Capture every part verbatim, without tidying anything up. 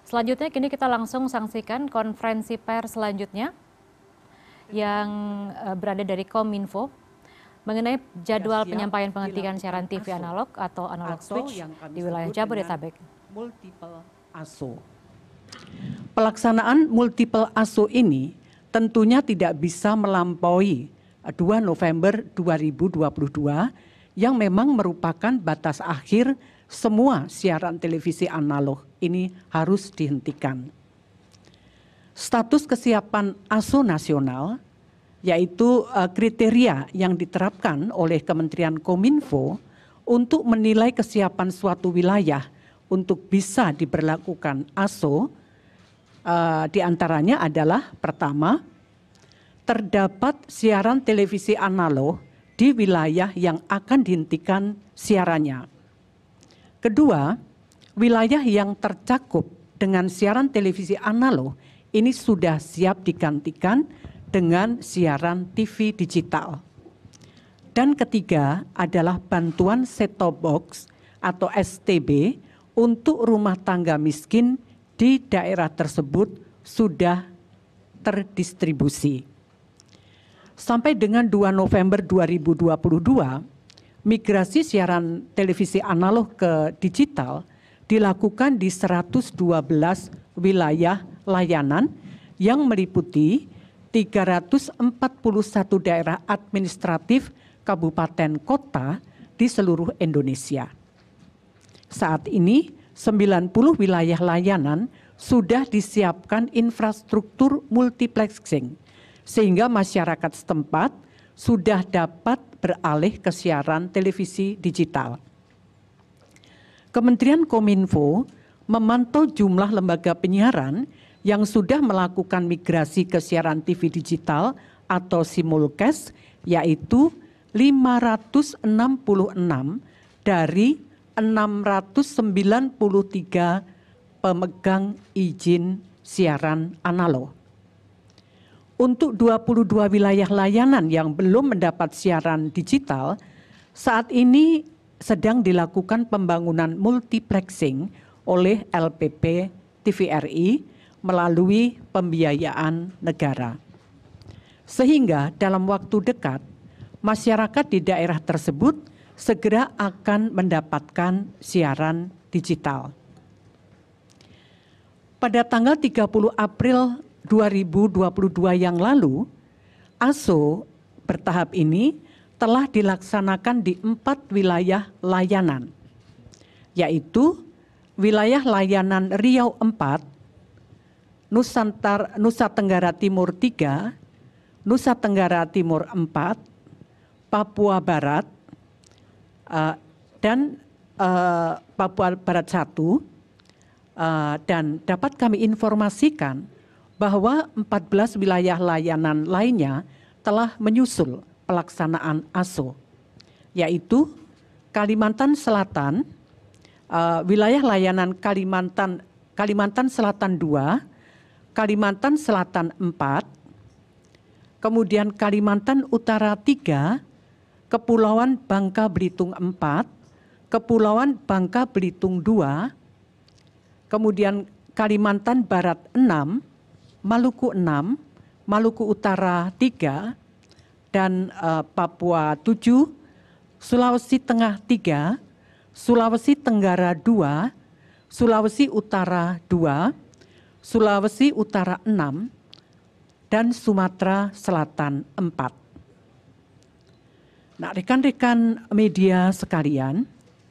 Selanjutnya kini kita langsung saksikan konferensi pers selanjutnya yang berada dari Kominfo mengenai jadwal penyampaian penghentian siaran T V analog atau analog switch di wilayah Jabodetabek. Multiple A S O. Pelaksanaan multiple A S O ini tentunya tidak bisa melampaui dua November dua ribu dua puluh dua yang memang merupakan batas akhir semua siaran televisi analog ini harus dihentikan. Status kesiapan A S O nasional yaitu uh, kriteria yang diterapkan oleh Kementerian Kominfo untuk menilai kesiapan suatu wilayah untuk bisa diberlakukan A S O, uh, diantaranya adalah pertama, terdapat siaran televisi analog di wilayah yang akan dihentikan siarannya. Kedua, wilayah yang tercakup dengan siaran televisi analog ini sudah siap digantikan dengan siaran T V digital. Dan ketiga adalah bantuan set-top box atau S T B untuk rumah tangga miskin di daerah tersebut sudah terdistribusi. Sampai dengan dua November dua ribu dua puluh dua, migrasi siaran televisi analog ke digital dilakukan di seratus dua belas wilayah layanan yang meliputi tiga ratus empat puluh satu daerah administratif kabupaten kota di seluruh Indonesia. Saat ini sembilan puluh wilayah layanan sudah disiapkan infrastruktur multiplexing sehingga masyarakat setempat sudah dapat beralih ke siaran televisi digital. Kementerian Kominfo memantau jumlah lembaga penyiaran yang sudah melakukan migrasi ke siaran T V digital atau simulcast, yaitu lima ratus enam puluh enam dari enam ratus sembilan puluh tiga pemegang izin siaran analog. Untuk dua puluh dua wilayah layanan yang belum mendapat siaran digital, saat ini sedang dilakukan pembangunan multiplexing oleh L P P T V R I melalui pembiayaan negara. Sehingga dalam waktu dekat, masyarakat di daerah tersebut segera akan mendapatkan siaran digital. Pada tanggal tiga puluh April dua ribu dua puluh dua yang lalu, A S O bertahap ini telah dilaksanakan di empat wilayah layanan, yaitu wilayah layanan Riau empat, Nusantar, Nusa Tenggara Timur tiga, Nusa Tenggara Timur empat, Papua Barat, uh, dan uh, Papua Barat satu, uh, dan dapat kami informasikan bahwa empat belas wilayah layanan lainnya telah menyusul pelaksanaan A S O, yaitu Kalimantan Selatan, uh, wilayah layanan Kalimantan, Kalimantan Selatan dua, Kalimantan Selatan empat, kemudian Kalimantan Utara tiga, Kepulauan Bangka Belitung empat, Kepulauan Bangka Belitung dua, kemudian Kalimantan Barat enam, Maluku enam, Maluku Utara tiga, dan uh, Papua tujuh, Sulawesi Tengah tiga, Sulawesi Tenggara dua, Sulawesi Utara dua, Sulawesi Utara enam, dan Sumatera Selatan empat. Nah, rekan-rekan media sekalian,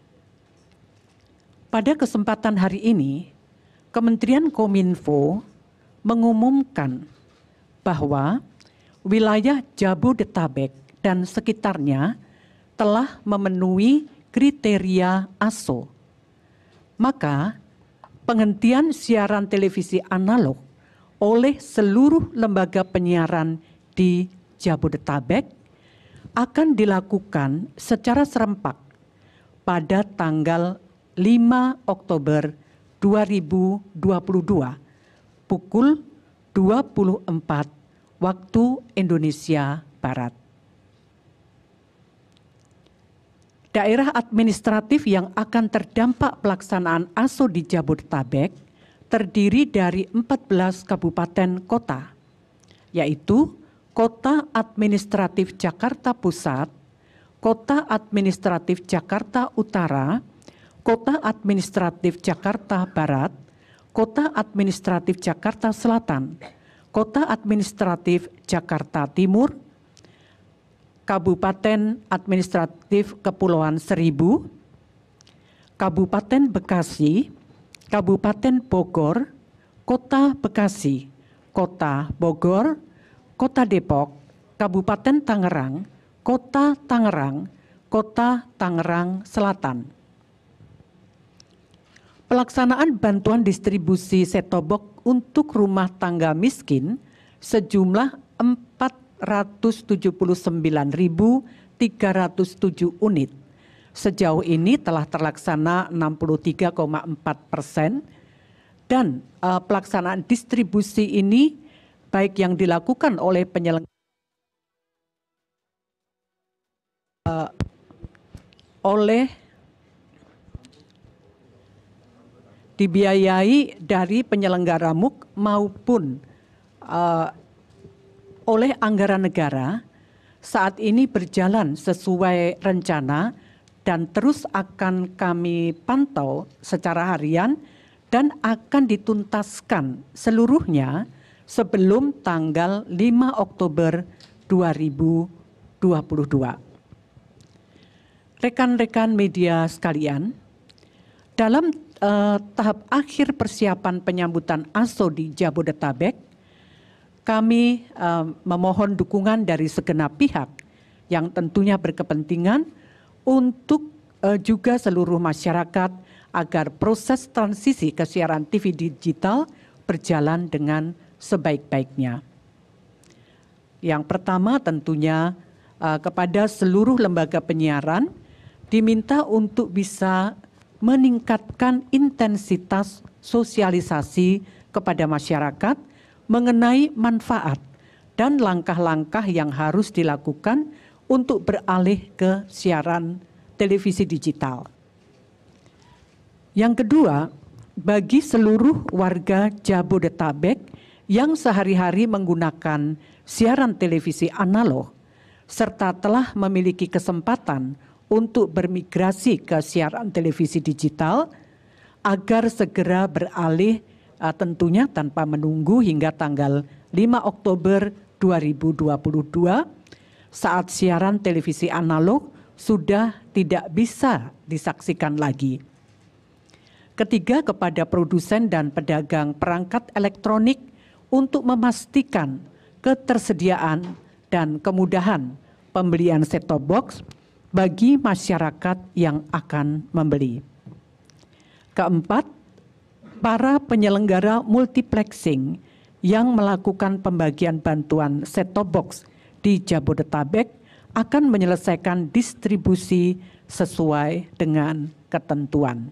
pada kesempatan hari ini, Kementerian Kominfo mengumumkan bahwa wilayah Jabodetabek dan sekitarnya telah memenuhi kriteria A S O. Maka, penghentian siaran televisi analog oleh seluruh lembaga penyiaran di Jabodetabek akan dilakukan secara serempak pada tanggal lima Oktober dua ribu dua puluh dua pukul dua puluh empat waktu Indonesia Barat. Daerah administratif yang akan terdampak pelaksanaan A S O di Jabodetabek terdiri dari empat belas kabupaten kota, yaitu Kota Administratif Jakarta Pusat, Kota Administratif Jakarta Utara, Kota Administratif Jakarta Barat, Kota Administratif Jakarta Selatan, Kota Administratif Jakarta Timur, Kabupaten Administratif Kepulauan Seribu, Kabupaten Bekasi, Kabupaten Bogor, Kota Bekasi, Kota Bogor, Kota Depok, Kabupaten Tangerang, Kota Tangerang, Kota Tangerang Selatan. Pelaksanaan bantuan distribusi set-top box untuk rumah tangga miskin sejumlah empat ratus tujuh puluh sembilan ribu tiga ratus tujuh unit. Sejauh ini telah terlaksana enam puluh tiga koma empat persen dan uh, pelaksanaan distribusi ini baik yang dilakukan oleh penyelenggara uh, oleh dibiayai dari penyelenggara M U K maupun uh, oleh anggaran negara saat ini berjalan sesuai rencana dan terus akan kami pantau secara harian dan akan dituntaskan seluruhnya sebelum tanggal lima Oktober dua ribu dua puluh dua. Rekan-rekan media sekalian, dalam uh, tahap akhir persiapan penyambutan A S O di Jabodetabek, kami uh, memohon dukungan dari segenap pihak yang tentunya berkepentingan untuk uh, juga seluruh masyarakat agar proses transisi ke siaran T V digital berjalan dengan sebaik-baiknya. Yang pertama tentunya uh, kepada seluruh lembaga penyiaran diminta untuk bisa meningkatkan intensitas sosialisasi kepada masyarakat mengenai manfaat dan langkah-langkah yang harus dilakukan untuk beralih ke siaran televisi digital. Yang kedua, bagi seluruh warga Jabodetabek yang sehari-hari menggunakan siaran televisi analog serta telah memiliki kesempatan untuk bermigrasi ke siaran televisi digital agar segera beralih uh, tentunya tanpa menunggu hingga tanggal lima Oktober dua ribu dua puluh dua saat siaran televisi analog sudah tidak bisa disaksikan lagi. Ketiga, kepada produsen dan pedagang perangkat elektronik untuk memastikan ketersediaan dan kemudahan pembelian set-top box bagi masyarakat yang akan membeli. Keempat, para penyelenggara multiplexing yang melakukan pembagian bantuan set-top box di Jabodetabek akan menyelesaikan distribusi sesuai dengan ketentuan.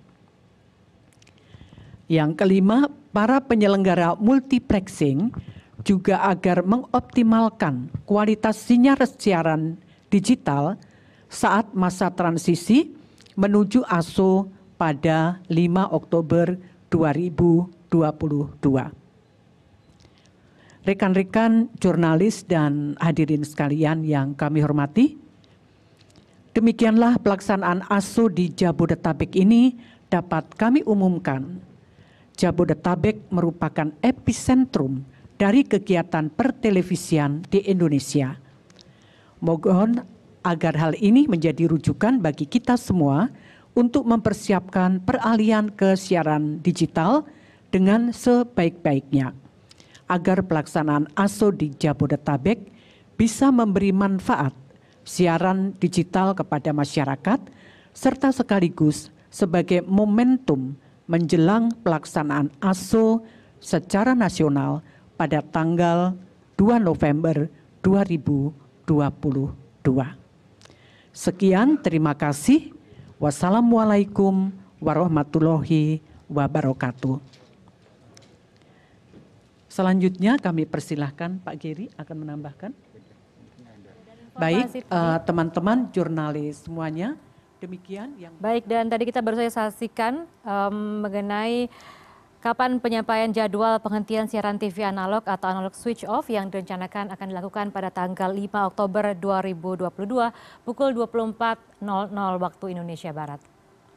Yang kelima, para penyelenggara multiplexing juga agar mengoptimalkan kualitas sinyal siaran digital saat masa transisi menuju A S O pada lima Oktober dua ribu dua puluh dua. Rekan-rekan jurnalis dan hadirin sekalian yang kami hormati, demikianlah pelaksanaan A S O di Jabodetabek ini dapat kami umumkan. Jabodetabek merupakan epicentrum dari kegiatan pertelevisian di Indonesia. Mohon agar hal ini menjadi rujukan bagi kita semua untuk mempersiapkan peralihan ke siaran digital dengan sebaik-baiknya, agar pelaksanaan A S O di Jabodetabek bisa memberi manfaat siaran digital kepada masyarakat, serta sekaligus sebagai momentum menjelang pelaksanaan A S O secara nasional pada tanggal dua November dua ribu dua puluh dua. Sekian, terima kasih. Wassalamualaikum warahmatullahi wabarakatuh. Selanjutnya kami persilahkan Pak Geri akan menambahkan. Baik, teman-teman uh, jurnalis semuanya, demikian yang. Baik, dan tadi kita baru saja saksikan um, mengenai Kapan penyampaian jadwal penghentian siaran T V analog atau analog switch off yang direncanakan akan dilakukan pada tanggal lima Oktober dua ribu dua puluh dua pukul dua puluh empat nol nol waktu Indonesia Barat.